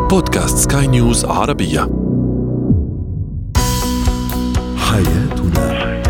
بودكاست سكاي نيوز عربية. حياتنا.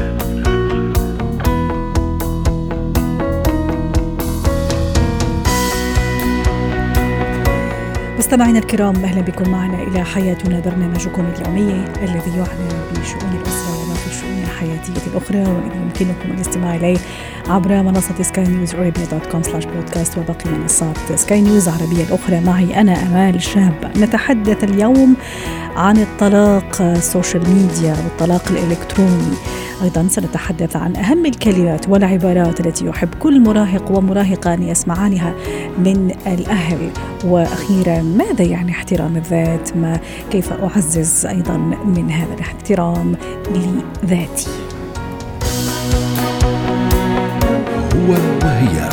مستمعينا الكرام، أهلا بكم معنا إلى حياتنا، برنامجكم اليومي الذي يعنى بشؤون الأسرة وما في الشؤون الحياتية الأخرى، والذي يمكنكم الاستماع إليه عبر منصة skynewsarabia.com/podcast وباقي منصات سكاي نيوز عربية الأخرى. معي أنا أمال شاب. نتحدث اليوم عن الطلاق السوشيال ميديا والطلاق الإلكتروني. أيضا سنتحدث عن أهم الكلمات والعبارات التي يحب كل مراهق ومراهقة أن يسمعانها من الأهل. وأخيرا، ماذا يعني احترام الذات؟ كيف أعزز أيضا من هذا الاحترام لذاتي؟ هو وهي.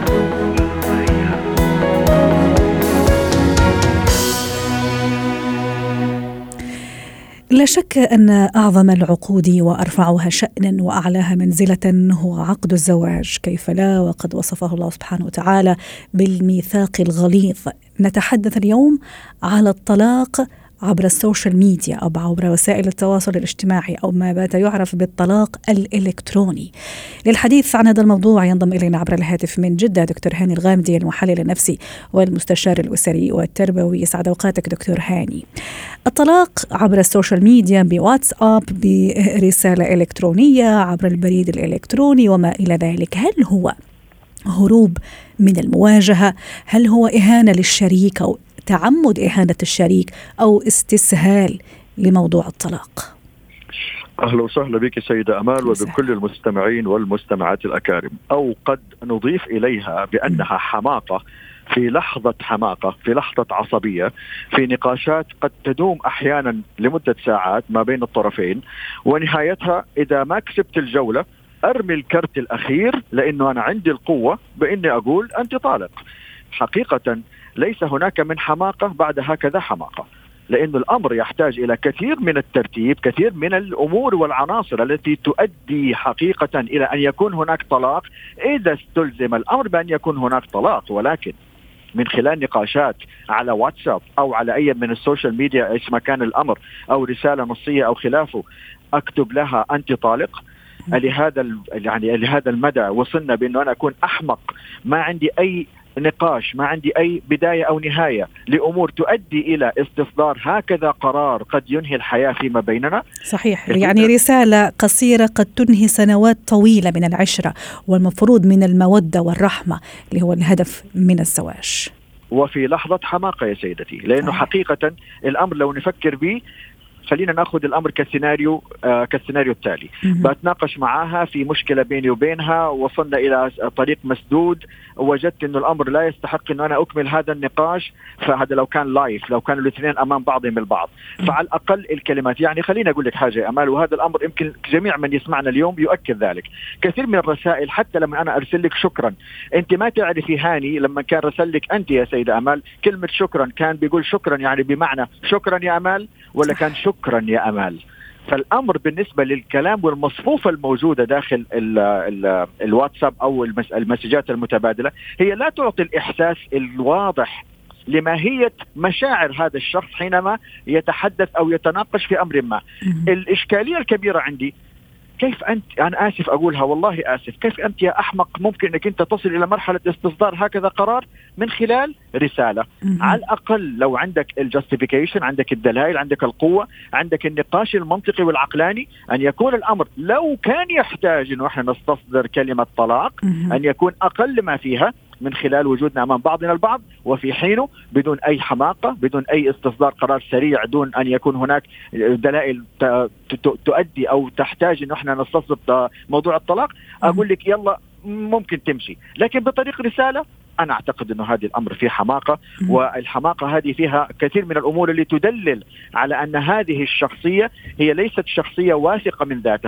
لا شك أن أعظم العقود وأرفعها شأنا وأعلاها منزلة هو عقد الزواج، كيف لا، وقد وصفه الله سبحانه وتعالى بالميثاق الغليظ. نتحدث اليوم على الطلاق عبر السوشيال ميديا أو عبر وسائل التواصل الاجتماعي، أو ما بات يعرف بالطلاق الإلكتروني. للحديث عن هذا الموضوع ينضم إلينا عبر الهاتف من جدة دكتور هاني الغامدي، المحلل النفسي والمستشار الأسري والتربوي. يسعد أوقاتك دكتور هاني. الطلاق عبر السوشيال ميديا، بواتساب، برسالة إلكترونية، عبر البريد الإلكتروني وما إلى ذلك، هل هو هروب من المواجهة؟ هل هو إهانة للشريك أو تعمد إهانة الشريك أو استسهال لموضوع الطلاق؟ أهلا وسهلا بك سيدة أمال وبكل المستمعين والمستمعات الأكارم. أو قد نضيف إليها بأنها حماقة، في لحظة حماقة، في لحظة عصبية، في نقاشات قد تدوم أحيانا لمدة ساعات ما بين الطرفين، ونهايتها إذا ما كسبت الجولة أرمي الكرت الأخير لأنه أنا عندي القوة بإني أقول أنت طالق. حقيقة ليس هناك من حماقة بعد هكذا حماقة، لأن الأمر يحتاج إلى كثير من الترتيب، كثير من الأمور والعناصر التي تؤدي حقيقة إلى أن يكون هناك طلاق إذا استلزم الأمر بأن يكون هناك طلاق. ولكن من خلال نقاشات على واتساب أو على أي من السوشيال ميديا إيش ما كان الأمر، أو رسالة نصية أو خلافه، أكتب لها أنت طالق. لهذا المدى وصلنا بأنه أنا أكون أحمق، ما عندي أي نقاش، ما عندي أي بداية أو نهاية لأمور تؤدي إلى استصدار هكذا قرار قد ينهي الحياة فيما بيننا. صحيح، يعني رسالة قصيرة قد تنهي سنوات طويلة من العشرة والمفروض من المودة والرحمة اللي هو الهدف من الزواج، وفي لحظة حماقة يا سيدتي. لأنه حقيقة الأمر لو نفكر به، خلينا ناخذ الأمر كالسيناريو التالي. بتناقش معاها في مشكلة بيني وبينها، وصلنا إلى طريق مسدود، وجدت إنه الأمر لا يستحق إنه أنا أكمل هذا النقاش. فهذا لو كان لايف، لو كانوا الاثنين أمام بعضهم البعض، فعلى الأقل الكلمات. يعني خلينا أقول لك حاجة يا أمال، وهذا الأمر يمكن جميع من يسمعنا اليوم يؤكد ذلك. كثير من الرسائل، حتى لما أنا أرسل لك شكرا، أنت ما تعرفي هاني لما كان رسل لك أنت يا سيدة أمال كلمة شكرا، كان بيقول شكرا يعني بمعنى شكرا يا أمال، ولا كان شكرا يا أمال؟ فالأمر بالنسبة للكلام والمصفوفة الموجودة داخل الواتساب أو المسجات المتبادلة هي لا تعطي الإحساس الواضح لماهية مشاعر هذا الشخص حينما يتحدث أو يتناقش في أمر ما. الإشكالية الكبيرة عندي، كيف أنت، أنا آسف أقولها والله آسف، كيف أنت يا أحمق ممكن أنك أنت تصل إلى مرحلة استصدار هكذا قرار من خلال رسالة؟ على الأقل لو عندك الجاستيفيكيشن، عندك الدلائل، عندك القوة، عندك النقاش المنطقي والعقلاني، أن يكون الأمر لو كان يحتاج أنه إحنا نستصدر كلمة طلاق أن يكون أقل ما فيها من خلال وجودنا أمام بعضنا البعض، وفي حينه بدون أي حماقة، بدون أي استصدار قرار سريع، دون أن يكون هناك دلائل تؤدي أو تحتاج أن احنا نستصدر موضوع الطلاق. أقول لك يلا ممكن تمشي، لكن بطريق رسالة أنا أعتقد أنه هذه الأمر فيه حماقة، والحماقة هذه فيها كثير من الأمور اللي تدلل على أن هذه الشخصية هي ليست شخصية واثقة من ذاتها،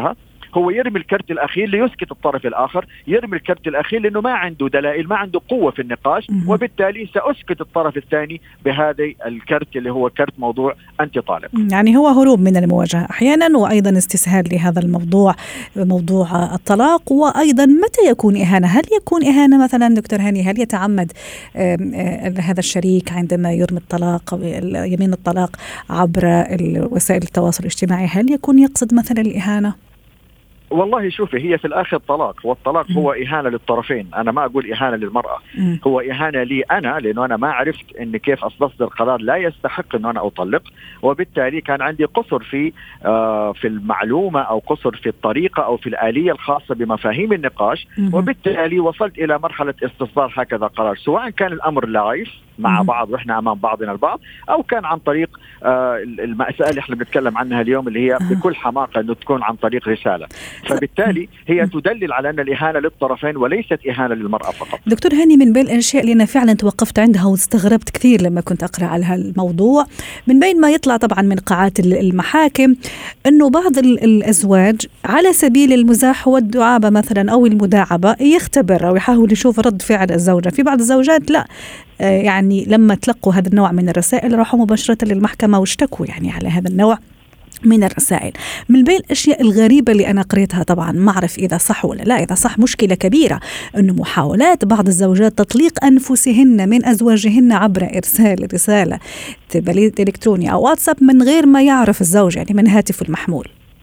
هو يرمي الكرت الأخير ليسكت الطرف الآخر، يرمي الكرت الأخير لأنه ما عنده دلائل، ما عنده قوة في النقاش، وبالتالي سأسكت الطرف الثاني بهذا الكرت اللي هو كرت موضوع أنت طالب. يعني هو هروب من المواجهة أحيانا، وأيضا استسهال لهذا الموضوع، موضوع الطلاق. وأيضا متى يكون إهانة؟ هل يكون إهانة مثلا دكتور هاني؟ هل يتعمد هذا الشريك عندما يرمي الطلاق أو يمين الطلاق عبر وسائل التواصل الاجتماعي، هل يكون يقصد مثلا الإهانة؟ والله شوفي، هي في الآخر طلاق، والطلاق هو إهانة للطرفين. أنا ما أقول إهانة للمرأة، هو إهانة لي أنا، لأنه أنا ما عرفت إن كيف أصدر قرار لا يستحق إنه أنا أطلق، وبالتالي كان عندي قصر في المعلومة أو قصر في الطريقة أو في الآلية الخاصة بمفاهيم النقاش، وبالتالي وصلت إلى مرحلة استصدار هكذا قرار، سواء كان الأمر لايف مع بعض وإحنا أمام بعضنا البعض، أو كان عن طريق المأساة اللي إحنا بنتكلم عنها اليوم، اللي هي بكل حماقة إنه تكون عن طريق رسالة. فبالتالي هي تدلل على أن الإهانة للطرفين وليست إهانة للمرأة فقط. دكتور هاني، من بين الأشياء اللي أنا فعلا توقفت عندها واستغربت كثير لما كنت أقرأ على هالموضوع، من بين ما يطلع طبعا من قاعات المحاكم، أنه بعض الأزواج على سبيل المزاح والدعابة مثلا أو المداعبة يختبر أو يحاول يشوف رد فعل الزوجة. في بعض الزوجات لا، يعني لما تلقوا هذا النوع من الرسائل راحوا مباشرة للمحكمة واشتكوا يعني على هذا النوع من الرسائل. من بين الأشياء الغريبة اللي أنا قريتها، طبعا ما أعرف إذا صح ولا لا، إذا صح مشكلة كبيرة، أنه محاولات بعض الزوجات تطليق أنفسهن من أزواجهن عبر إرسال رسالة بريد إلكتروني أو واتساب من غير ما يعرف الزوج، يعني من هاتفه المحمول.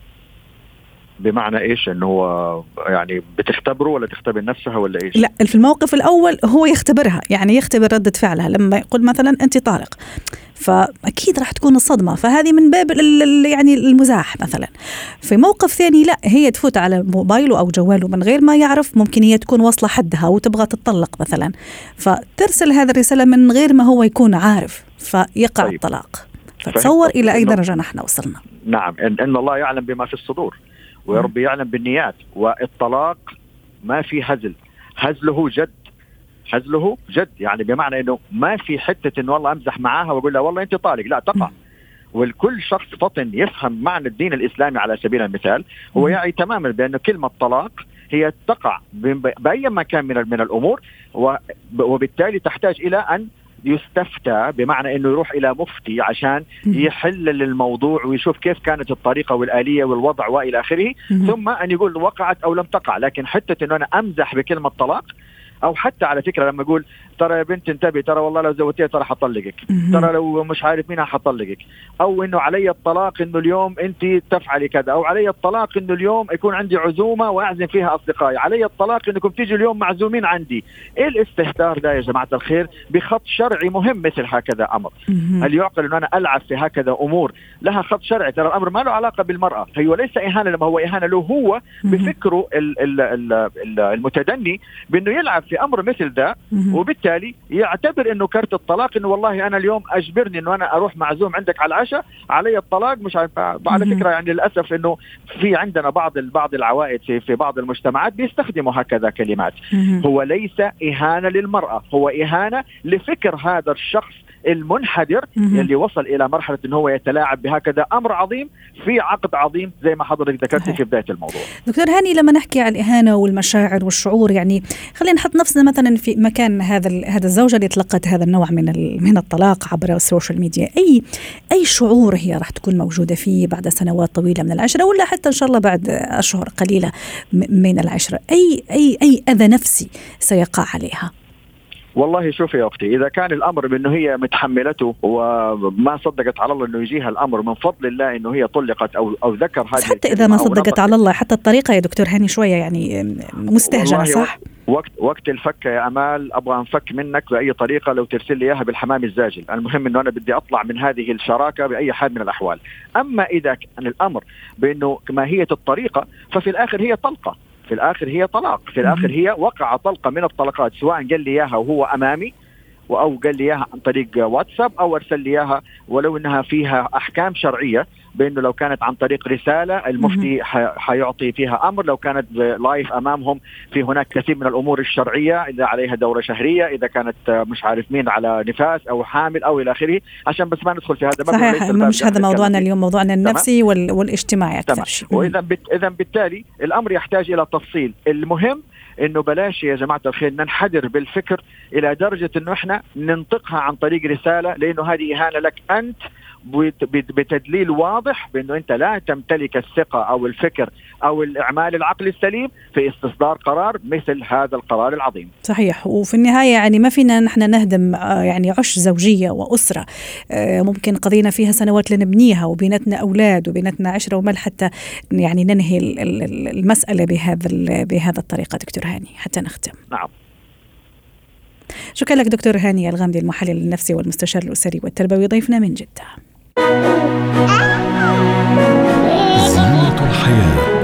بمعنى إيش؟ أنه يعني بتختبره ولا تختبر نفسها ولا إيش؟ لا، في الموقف الأول هو يختبرها، يعني يختبر ردة فعلها لما يقول مثلا أنت طالق، فأكيد راح تكون الصدمة، فهذه من باب يعني المزاح مثلا. في موقف ثاني لا، هي تفوت على موبايله أو جواله من غير ما يعرف، ممكن هي تكون واصلة حدها وتبغى تطلق مثلا، فترسل هذا الرسالة من غير ما هو يكون عارف، فيقع طيب. الطلاق. فتصور إلى أي درجة نحن وصلنا. نعم، إن الله يعلم بما في الصدور ويربي يعلم بالنيات. والطلاق ما في هزله جد، هزله جد، يعني بمعنى انه ما في حتة انه والله امزح معاها واقول لها والله انت طالق، لا، تقع. والكل شخص فطن يفهم معنى الدين الاسلامي على سبيل المثال هو يعي تماما بانه كلمة طلاق هي تقع باي مكان من الامور، وبالتالي تحتاج الى ان يستفتى، بمعنى انه يروح الى مفتي عشان يحلل الموضوع ويشوف كيف كانت الطريقة والآلية والوضع والى اخره، ثم ان يقول وقعت او لم تقع. لكن حتى انه انا امزح بكلمة طلاق، او حتى على فكرة لما اقول ترى يا بنت انتبهي، ترى والله لو زوجتيها ترى حطلقك، ترى لو مش عارف مين حطلقك، او انه علي الطلاق انه اليوم انت تفعلي كذا، او علي الطلاق انه اليوم يكون عندي عزومة واعزم فيها اصدقائي، علي الطلاق انكم تيجوا اليوم معزومين عندي. ايه الاستهتار ده يا جماعة الخير بخط شرعي مهم مثل هكذا امر؟ هل يعقل انه انا العب في هكذا امور لها خط شرعي؟ ترى الامر ما له علاقة بالمرأة، هو ليس اهانة، لما هو اهانة له هو بفكره المتدني بانه يلعب في امر مثل ده، وبالتالي يعتبر انه كرت الطلاق انه والله انا اليوم اجبرني انه انا اروح معزوم عندك على العشاء، علي الطلاق مش عارف. على فكره يعني للاسف انه في عندنا بعض العوائد في بعض المجتمعات بيستخدموا هكذا كلمات. هو ليس اهانه للمراه، هو اهانه لفكر هذا الشخص المنحدر اللي وصل إلى مرحلة إنه هو يتلاعب بهكذا أمر عظيم في عقد عظيم زي ما حضرتك ذكرتي في بداية الموضوع. دكتور هاني، لما نحكي عن الإهانة والمشاعر والشعور، يعني خلينا نحط نفسنا مثلا في مكان هذا الزوجة اللي تلقت هذا النوع من الطلاق عبر السوشيال ميديا. أي شعور هي راح تكون موجودة فيه بعد سنوات طويلة من العشرة، ولا حتى إن شاء الله بعد أشهر قليلة من العشرة؟ أي أذى نفسي سيقع عليها؟ والله شوفي يا أختي، إذا كان الأمر بأنه هي متحملته وما صدقت على الله أنه يجيها الأمر من فضل الله أنه هي طلقت أو ذكر هذه، حتى إذا ما صدقت على الله، حتى الطريقة يا دكتور هاني شوية يعني مستهجنة، صح؟ وقت الفك يا أمال أبغى أنفك منك بأي طريقة، لو ترسل لي إياها بالحمام الزاجل. المهم أنه أنا بدي أطلع من هذه الشراكة بأي حال من الأحوال. أما إذا كان الأمر بأنه ماهية الطريقة، ففي الآخر هي طلقة، في الآخر هي طلاق، في الآخر هي وقع طلقة من الطلقات، سواء قال لي إياها وهو أمامي أو قال لي إياها عن طريق واتساب أو أرسل لي إياها، ولو إنها فيها أحكام شرعية بأنه لو كانت عن طريق رسالة المفتي حيعطي فيها أمر، لو كانت لايف أمامهم في هناك كثير من الأمور الشرعية، إذا عليها دورة شهرية، إذا كانت مش عارف مين على نفاس أو حامل أو إلى آخره، عشان بس ما ندخل في هذا. صحيح، مش هذا موضوعنا اليوم، موضوعنا النفسي والاجتماعي أكثر شيء. وإذا بالتالي الأمر يحتاج إلى تفصيل. المهم إنه بلاش يا جماعة الخير ننحدر بالفكر إلى درجة إنه إحنا ننطقها عن طريق رسالة، لأنه هذه إهانة لك أنت بتدليل واضح بأنه أنت لا تمتلك الثقة أو الفكر أو الإعمال العقلي السليم في استصدار قرار مثل هذا القرار العظيم. صحيح. وفي النهاية يعني ما فينا نحن نهدم يعني عش زوجية وأسرة ممكن قضينا فيها سنوات لنبنيها، وبينتنا أولاد وبينتنا عشرة ومل، حتى يعني ننهي المسألة بهذا الطريقة. دكتور هاني، حتى نختم. نعم، شكرا لك دكتور هاني الغامدي، المحلل النفسي والمستشار الأسري والتربوي، ضيفنا من جدة. زينة الحياة.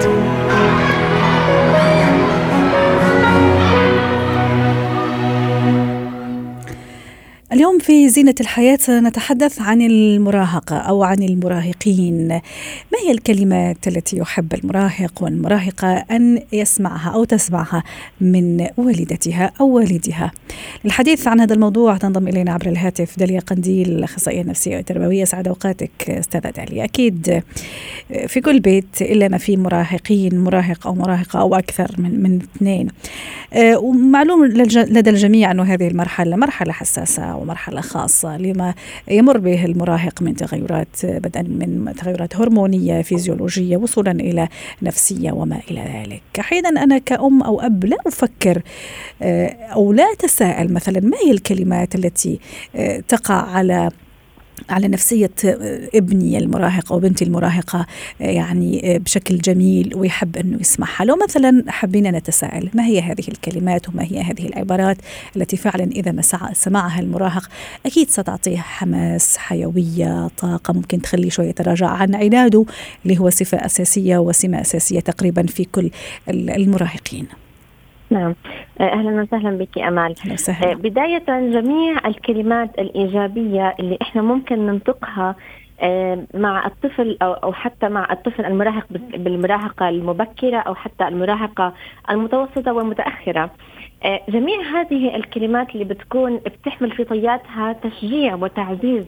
اليوم في زينة الحياة نتحدث عن المراهقة أو عن المراهقين. ما هي الكلمات التي يحب المراهق والمراهقة أن يسمعها أو تسمعها من والدتها أو والدها؟ للحديث عن هذا الموضوع تنضم إلينا عبر الهاتف داليا قنديل، الأخصائية النفسية والتربوية. سعد أوقاتك أستاذة داليا. أكيد في كل بيت إلا ما في مراهقين، مراهق أو مراهقة أو أكثر من اثنين، ومعلوم لدى الجميع أن هذه المرحلة مرحلة حساسة ومرحلة خاصة لما يمر به المراهق من تغيرات، بدءا من تغيرات هرمونية فيزيولوجية وصولا إلى نفسية وما إلى ذلك. أحيانا أنا كأم أو أب لا أفكر أو لا أتساءل مثلا ما هي الكلمات التي تقع على نفسية ابني المراهق أو بنتي المراهقة يعني بشكل جميل ويحب أنه يسمعها. لو مثلا حبينا نتساءل ما هي هذه الكلمات وما هي هذه العبارات التي فعلا إذا ما سمعها المراهق أكيد ستعطيه حماس، حيوية، طاقة، ممكن تخليه شوية يتراجع عن عناده اللي هو صفة أساسية وسمة أساسية تقريبا في كل المراهقين. نعم، أهلا وسهلا بك أمال. بداية جميع الكلمات الإيجابية اللي إحنا ممكن ننطقها مع الطفل أو حتى مع الطفل المراهق بالمراهقة المبكرة أو حتى المراهقة المتوسطة والمتأخرة، جميع هذه الكلمات اللي بتحمل في طياتها تشجيع وتعزيز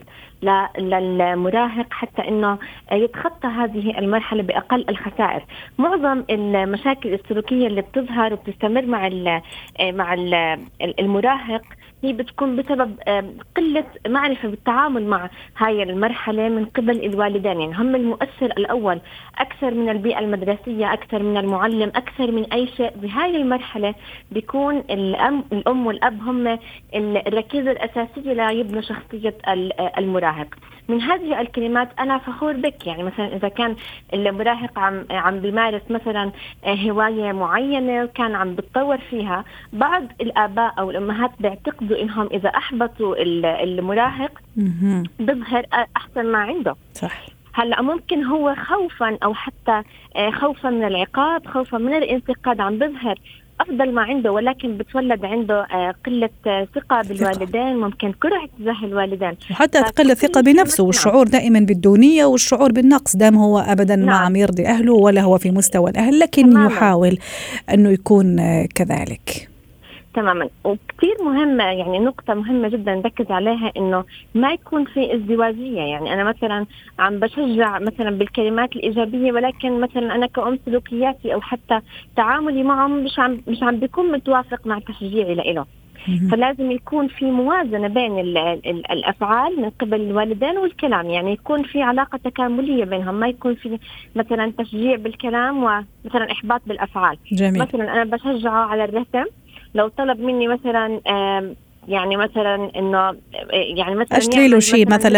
للمراهق حتى انه يتخطى هذه المرحله باقل الخسائر. معظم المشاكل السلوكيه اللي بتظهر وبتستمر مع المراهق هي بتكون بسبب قله معرفه بالتعامل مع هاي المرحله من قبل الوالدين. يعني هم المؤثر الاول اكثر من البيئه المدرسيه، اكثر من المعلم، اكثر من اي شيء. بهاي المرحله بيكون الام والاب هم الركيزه الاساسيه ليبنوا شخصيه المراهق. من هذه الكلمات أنا فخور بك. يعني مثلا إذا كان المراهق عم بيمارس مثلا هواية معينة وكان عم بتطور فيها، بعض الآباء أو الأمهات بيعتقدوا إنهم إذا أحبطوا المراهق بيظهر أحسن ما عنده. صح. هلأ ممكن هو خوفا أو حتى خوفا من العقاب، خوفا من الانتقاد، عم بيظهر أفضل ما عنده، ولكن بتولد عنده قلة ثقة بالوالدين، ممكن كره تجاه الوالدين، وحتى قلة ثقة بنفسه، والشعور دائما بالدونية والشعور بالنقص دام هو أبدا ما عم يرضي أهله ولا هو في مستوى الأهل، لكن يحاول أنه يكون كذلك. تماما. وكثير مهمة، يعني نقطة مهمة جدا نركز عليها، إنه ما يكون في ازدواجية. يعني أنا مثلا عم بشجع مثلا بالكلمات الإيجابية، ولكن مثلا أنا كأم سلوكياتي أو حتى تعاملي معهم مش عم بيكون متوافق مع تشجيعي لإله. فلازم يكون في موازنة بين الأفعال من قبل الوالدين والكلام، يعني يكون في علاقة تكاملية بينهم، ما يكون في مثلا تشجيع بالكلام ومثلا إحباط بالأفعال. جميل. مثلا أنا بشجعه على الرسم، لو طلب مني مثلا يعني مثلا انه يعني مثلا اشتري له شيء مثلا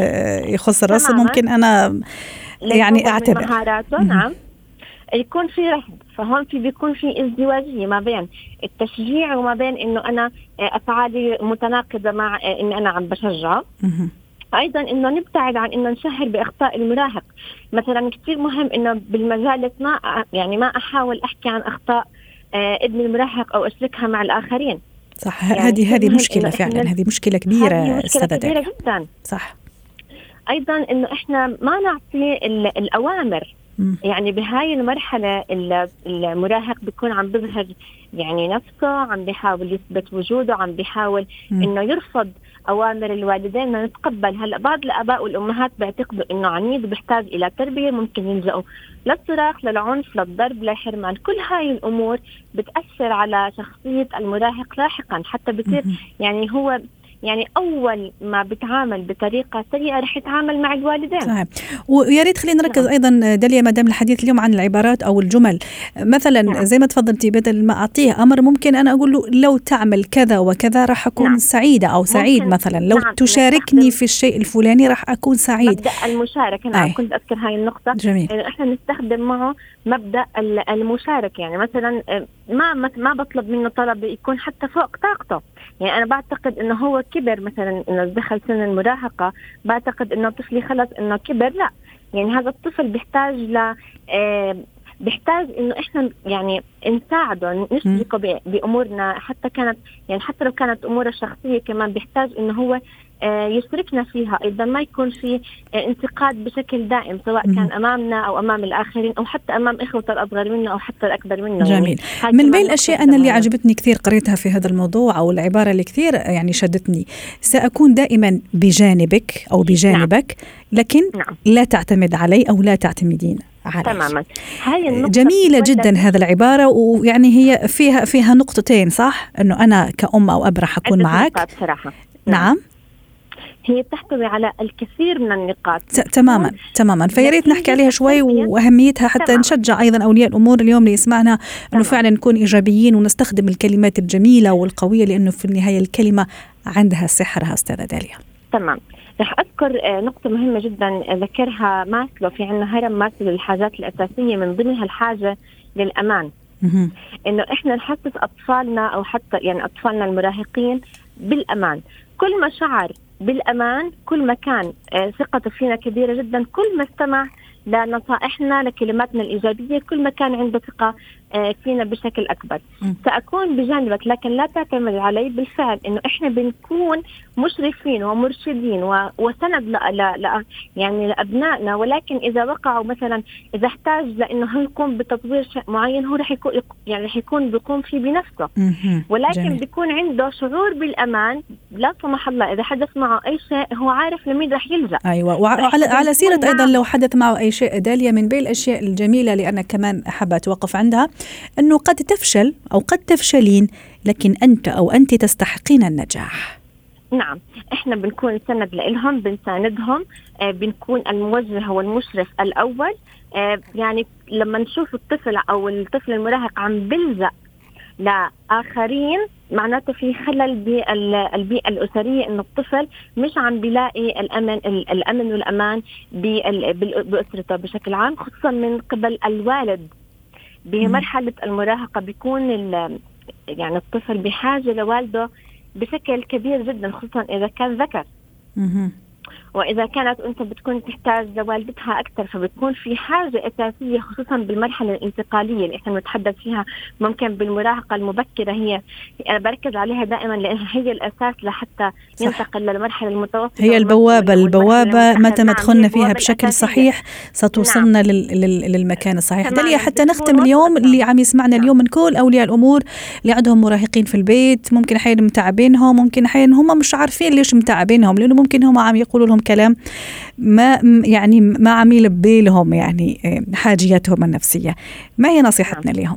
يخص الرسم، ممكن انا يعني اعتبر مهاراته. نعم، يكون في رفض. فهون بيكون في ازدواجية ما بين التشجيع وما بين انه انا افعالي متناقضة مع ان انا عم بشجعه. ايضا انه نبتعد عن انه نشهر باخطاء المراهق. مثلا كثير مهم انه بالمجالس ما احاول احكي عن اخطاء ابن المراهق او اشركها مع الاخرين. صح. يعني هذه مشكلة فعلا، هذه مشكلة كبيرة، مشكلة كبيرة جدا. صح. أيضا إنه إحنا ما نعطي الأوامر. يعني بهاي المرحلة المراهق بيكون عم بظهر يعني نفسه، عم بيحاول يثبت وجوده، عم بيحاول إنه يرفض أوامر الوالدين. ما نتقبل. هلأ بعض الآباء والأمهات بيعتقدوا إنه عنيد وبيحتاج إلى تربية، ممكن يلجأوا للصراخ، للعنف، للضرب، للحرمان. كل هاي الأمور بتأثر على شخصية المراهق لاحقا، حتى بصير يعني هو يعني أول ما بتعامل بطريقة سيئة رح يتعامل مع الوالدين. صحيح. ويا ريت خلينا نركز أيضا داليا مدام الحديث اليوم عن العبارات أو الجمل. مثلا زي ما تفضلتي، بدل ما أعطيه أمر ممكن أنا أقول له لو تعمل كذا وكذا راح أكون سعيدة أو سعيد. مثلا لو تشاركني في الشيء الفلاني راح أكون سعيد. مبدأ المشاركة. أنا كنت أذكر هاي النقطة. جميل. يعني إحنا نستخدم معه مبدأ المشاركة. يعني مثلا ما بطلب منه طلب يكون حتى فوق طاقته. يعني أنا بعتقد إنه هو كبر، مثلا إنه دخل سن المراهقة، بعتقد إنه طفلي خلص إنه كبر. لا، يعني هذا الطفل بيحتاج إنه إحنا يعني نساعده، نشاركه بأمورنا، حتى لو كانت أموره الشخصية كمان بيحتاج إنه هو يشاركنا فيها. إذا ما يكون في انتقاد بشكل دائم، سواء كان أمامنا أو أمام الآخرين أو حتى أمام إخوته الأصغر منه أو حتى الأكبر منه. جميل. يعني من بين الأشياء أنا اللي عجبتني كثير قريتها في هذا الموضوع، أو العبارة اللي كثير يعني شدتني: سأكون دائما بجانبك أو بجانبك، لكن لا تعتمد علي أو لا تعتمدين علي. تماما. جميلة جدا هذا العبارة، ويعني هي فيها نقطتين، صح؟ أنه أنا كأم أو أب رح أكون معك. نعم. هي تحتوي على الكثير من النقاط. تماما. فياريت نحكي عليها شوي وأهميتها، حتى نشجع أيضا أولياء الأمور اليوم اللي يسمعنا أنه فعلا نكون إيجابيين ونستخدم الكلمات الجميلة والقوية، لأنه في النهاية الكلمة عندها سحرها. أستاذة داليا. تمام. رح أذكر نقطة مهمة جدا ذكرها ماسلو في عنا هرم ماسلو للحاجات الأساسية، من ضمنها الحاجة للأمان. إنه إحنا نحسس أطفالنا أو حتى يعني أطفالنا المراهقين بالأمان. كل ما شعر بالأمان، كل ما كان ثقته فينا كبيرة جدا، كل ما استمع لنصائحنا لكلماتنا الإيجابية، كل ما كان عنده ثقة فينا بشكل أكبر. سأكون بجانبك لكن لا تعتمد علي. بالفعل إنه إحنا بنكون مشرفين ومرشدين وسند يعني لأبنائنا، ولكن إذا وقعوا مثلا، إذا احتاج لأنه هو يقوم بتطوير شيء معين، هو رح يكون بيقوم فيه بنفسه، ولكن جميل. بيكون عنده شعور بالأمان. لا سمح الله إذا حدث معه أي شيء هو عارف لمين رح يلجأ. أيوة. وعلى سيرة أيضا لو حدث معه أي شيء، داليا من بين الأشياء الجميلة اللي أنا كمان أحب أتوقف عندها، أنه قد تفشل أو قد تفشلين، لكن أنت أو أنت تستحقين النجاح. نعم. إحنا بنكون سند لهم، بنساندهم، بنكون الموجه والمشرف الأول. يعني لما نشوف الطفل أو الطفل المراهق عم بلجأ لآخرين، معناته في خلل بالبيئة الأسرية، إنه الطفل مش عم بيلاقي الأمن والأمان بأسرته بشكل عام، خصوصا من قبل الوالد. بمرحلة المراهقة بيكون يعني الطفل بحاجة لوالده بشكل كبير جدا، خصوصا إذا كان ذكر. وإذا كانت أنت بتكون تحتاج لوالدتها أكثر، فبتكون في حاجة أساسية، خصوصا بالمرحلة الانتقالية اللي إحنا نتحدث فيها، ممكن بالمراهقة المبكرة. أنا بركز عليها دائما لأنها هي الأساس لحتى ينتقل للمرحلة المتوسطة. هي البوابة متى ما دخلنا فيها بشكل صحيح ستوصلنا للمكان الصحيح. داليا، حتى نختم اليوم، اللي عم يسمعنا اليوم من كل أولياء الأمور اللي عندهم مراهقين في البيت، ممكن أحيانا متعبينهم، ممكن أحيانا هم مش عارفين ليش متعبينهم، لأنه ممكن هم عم يقولوا لهم كلام ما عميل ببالهم يعني حاجياتهم النفسية. ما هي نصيحتنا لهم؟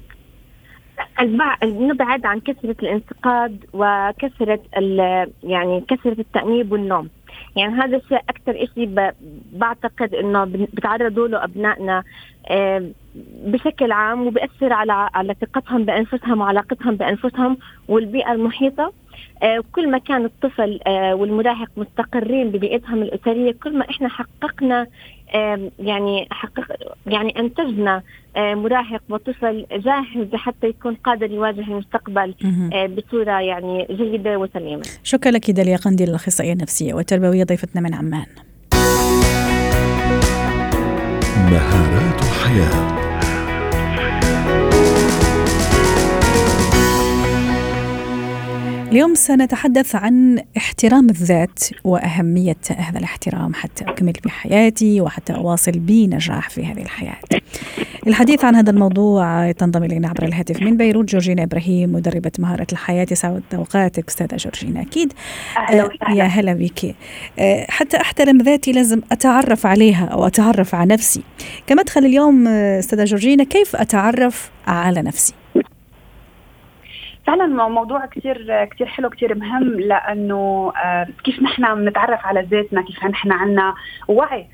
نبعد عن كثرة الانتقاد وكثرة يعني كثرة التأنيب واللوم. يعني هذا الشيء أكثر إشي بعتقد إنه بتعرضوا له أبنائنا بشكل عام، وبيأثر على ثقتهم بأنفسهم وعلاقتهم بأنفسهم والبيئة المحيطة. كل ما كان الطفل والمراهق مستقرين ببيئتهم الأسرية، كل ما إحنا حققنا يعني أنتجنا مراهق وطفل جاهز حتى يكون قادر يواجه المستقبل بصورة يعني جيدة وسليمة. شكرا لك داليا قنديل، الأخصائية النفسية والتربوية، ضيفتنا من عمان. مهارات الحياة. اليوم سنتحدث عن احترام الذات وأهمية هذا الاحترام حتى أكمل بحياتي وحتى أواصل بنجاح في هذه الحياة. الحديث عن هذا الموضوع تنضم إلينا عبر الهاتف من بيروت جورجينا إبراهيم، مدربة مهارة الحياة. يسعد أوقاتك أستاذة جورجينا. أكيد يا هلا بك. حتى أحترم ذاتي لازم أتعرف عليها أو أتعرف على نفسي. كمدخل اليوم أستاذة جورجينا، كيف أتعرف على نفسي؟ فعلا موضوع كتير حلو، كتير مهم، لأنه كيف نحن بنتعرف على ذاتنا، كيف نحن عنا وعي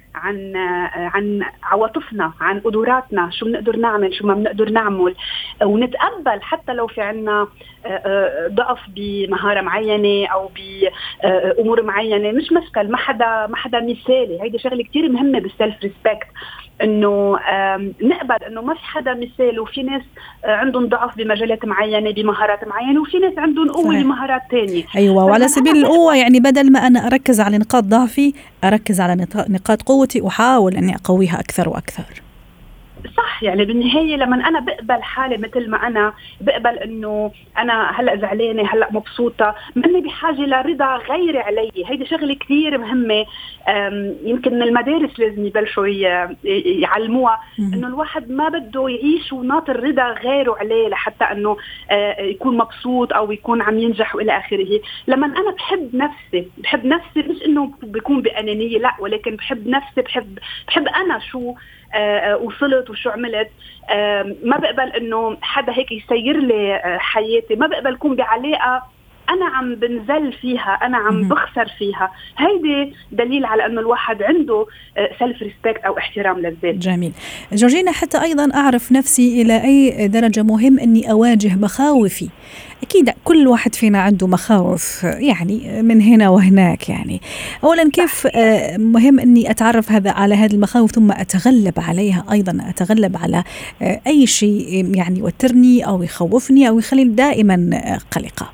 عن عواطفنا، عن قدراتنا، شو بنقدر نعمل، شو ما بنقدر نعمل، ونتقبل حتى لو في عنا ضعف بمهارة معينة أو بأمور معينة. مش مشكل، ما حدا مثالي. هيدي شغلة كتير مهمة بالسلف ريسبكت، إنه نقبل إنه ما في حدا مثالي، وفي ناس عندهم ضعف بمجالات معينة بمهارات معينة، وفي ناس عندهم قوة بمهارات تانية. أيوة، وعلى سبيل القوة يعني بدل ما أنا أركز على نقاط ضعفي أركز على نقاط قوتي وأحاول أني أقويها أكثر وأكثر. صح، يعني بالنهاية لما أنا بقبل حالي مثل ما أنا بقبل إنه أنا هلأ زعلانة هلأ مبسوطة، مني بحاجة لرضا غيري علي. هيدي شغلة كتير مهمة. يمكن المدارس لازم يبلشوا يعلموها، إنه الواحد ما بده يعيش وناطر رضا غيره عليه لحتى إنه يكون مبسوط أو يكون عم ينجح وإلى آخره. لما أنا بحب نفسي مش إنه بيكون بأنانية، لا، ولكن بحب نفسي، بحب أنا شو وصلت وشو عملت. ما بقبل انه حدا هيك يسير لي حياتي، ما بقبل كون بعلاقة انا عم بنزل فيها، انا عم بخسر فيها. هيدي دليل على انه الواحد عنده سيلف ريسبكت او احترام للذات. جميل. جورجينا، حتى ايضا اعرف نفسي الى اي درجة مهم اني اواجه مخاوفي. أكيد كل واحد فينا عنده مخاوف، يعني من هنا وهناك. يعني أولا كيف مهم أني أتعرف على هذه المخاوف ثم أتغلب عليها، أيضا أتغلب على أي شيء يعني يوترني أو يخوفني أو يخليني دائما قلقة.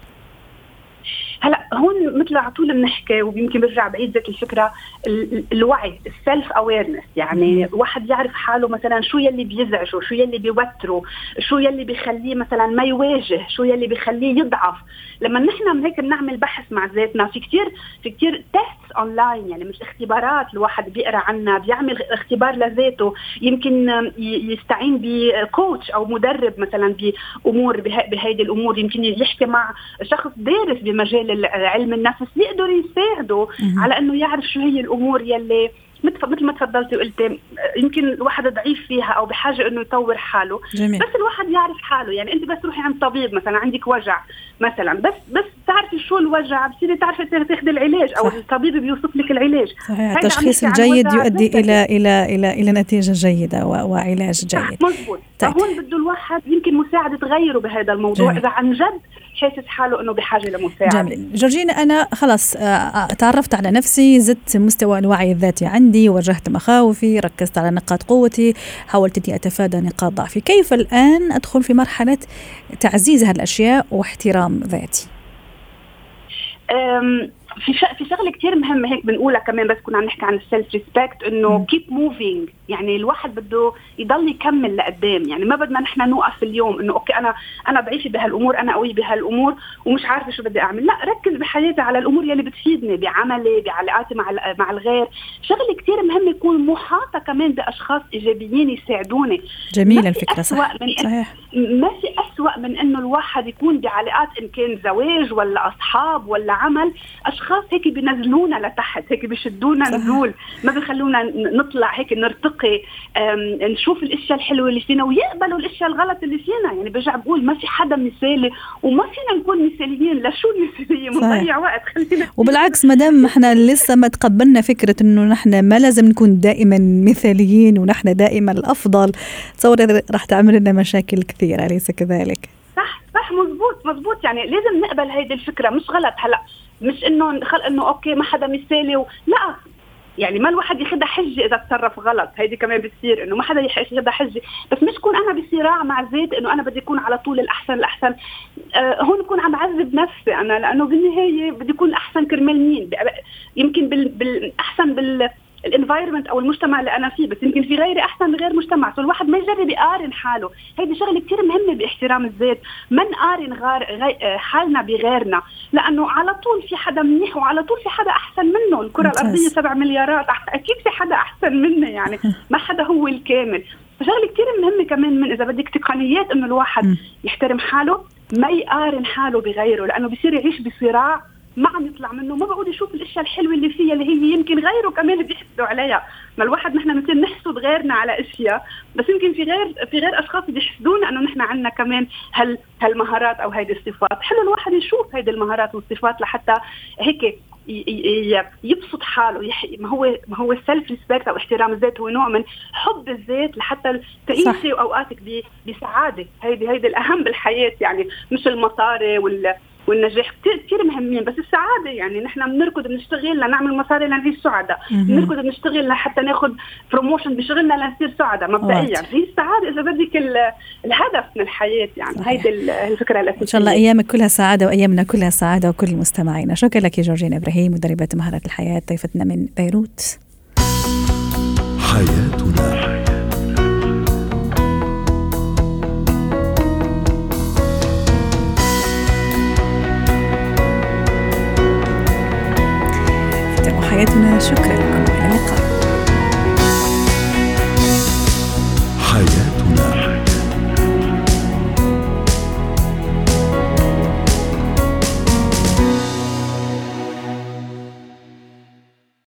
هلا هون مثل على طول بنحكي، ويمكن برجع بعيد ذات الفكره، الوعي، السلف اويرنس. يعني الواحد يعرف حاله، مثلا شو يلي بيزعجه، شو يلي بيوتره، شو يلي بيخليه مثلا ما يواجه، شو يلي بيخليه يضعف. لما نحن من هيك بنعمل بحث مع ذاتنا، في كتير تيست اونلاين، يعني مش اختبارات الواحد بيقرا عنها، بيعمل اختبار لذاته. يمكن يستعين بكوتش او مدرب مثلا بامور بهيدي الامور، يمكن يحكي مع شخص دارس بمجال علم النفس يقدر يساعده على انه يعرف شو هي الامور يلي مثل ما تفضلتي وقلتي يمكن الواحد ضعيف فيها او بحاجه انه يطور حاله. جميل. بس الواحد يعرف حاله، يعني انت بس روحي عند طبيب مثلا، عندك وجع مثلا، بس تعرفي شو الوجع، بصيري تعرفي تاخذي العلاج، او الطبيب بيوصف لك العلاج. صحيح. التشخيص الجيد يؤدي الى نتيجه جيده وعلاج جيد. مزبوط. فهون بده الواحد يمكن مساعده غيره بهذا الموضوع. جميل. اذا عن جد حاسس حاله انه بحاجه لمساعده. جميل. جورجينا، انا خلاص تعرفت على نفسي، زدت مستوى الوعي الذاتي عندي، واجهت مخاوفي، ركزت على نقاط قوتي، حاولت اني اتفادى نقاط ضعفي. كيف الان ادخل في مرحله تعزيز هالاشياء واحترام ذاتي؟ في شغله كتير مهمه هيك بنقولها كمان، بس كنا عم نحكي عن السيلف ريسبكت، انه keep moving. يعني الواحد بده يضل يكمل لقدام. يعني ما بدنا نحن نوقف اليوم انه اوكي انا ضعيفه بهالامور، انا قوي بهالامور ومش عارفه شو بدي اعمل. لا، ركز بحياتي على الامور يلي بتفيدني بعملي، بعلاقاتي مع الغير. شغله كتير مهمه يكون محاطه كمان باشخاص ايجابيين يساعدوني. جميله الفكره. صحيح. ما في أسوأ من انه الواحد يكون بعلاقات، ان كان زواج ولا اصحاب ولا عمل، اشخاص هيك بينزلونا لتحت، هيك بيشدونا نزول، ما بيخلونا نطلع هيك نرتقي، نشوف الاشياء الحلوه اللي فينا ويقبلوا الاشياء الغلط اللي فينا. يعني برجع بقول ما في حدا مثالي، وما فينا نكون مثاليين. لشو المثاليه؟ بنضيع وقت. خلينا وبالعكس، ما دام احنا لسه ما تقبلنا فكره انه نحن ما لازم نكون دائما مثاليين ونحن دائما الافضل، تصور راح تعمل لنا مشاكل كثيره، اليس كذلك؟ صح مزبوط. يعني لازم نقبل هيدي الفكره، مش غلط. هلا مش انه اوكي ما حدا مثالي لا، يعني ما الواحد ياخذها حجه اذا تصرف غلط. هيدي كمان بتصير انه ما حدا ياخذها حجه، بس مش كون انا بصراع مع الذات انه انا بدي اكون على طول الاحسن. هون اكون عم بعذب نفسي انا، لانه بالنهايه بدي اكون احسن كرمال مين؟ يمكن بالاحسن الانفايرمنت او المجتمع اللي انا فيه، بس يمكن في غيري احسن من غير مجتمع. فالواحد ما يجرب يقارن حاله. هيدي شغله كثير مهمه باحترام الذات، ما نقارن حالنا بغيرنا، لانه على طول في حدا منيح وعلى طول في حدا احسن منه. الكره الارضيه 7 مليارات، اكيد في حدا احسن منه، يعني ما حدا هو الكامل. فشغله كثير مهمه كمان من اذا بدك تقنيات انه الواحد يحترم حاله، ما يقارن حاله بغيره، لانه بيصير يعيش بصراع ما عم يطلع منه، ما بقول يشوف الاشياء الحلوه اللي فيها اللي هي يمكن غيره كمان بيحسدوا عليها. ما الواحد نحن مثل نحسد غيرنا على اشياء، بس يمكن في غير اشخاص بيحسدونا انه نحن عندنا كمان هالمهارات او هيدي الصفات. حلو الواحد يشوف هيدي المهارات والصفات لحتى هيك يبسط حاله. ما هو السلف ريسبكت او احترام الذات هو نوع من حب الذات لحتى تعيشي اوقاتك بسعاده. هيدي الاهم بالحياه، يعني مش المصاري والنجاح كثير مهمين، بس السعاده يعني نحن بنركض بنشتغل لنعمل مصاري لنعيش سعداء، بنركض بنشتغل لحتى ناخذ بروموشن بشغلنا لنصير سعداء. مبدئيا هي السعاده اذا بدك الهدف من الحياه، يعني هيدي الفكره الاساسيه. ان شاء الله ايامك كلها سعاده وايامنا كلها سعاده وكل مستمعينا. شكرا لك جورجينا ابراهيم، مدربه مهارات الحياه، ضيفتنا من بيروت. حياتنا. حياتنا. شكرا لكم.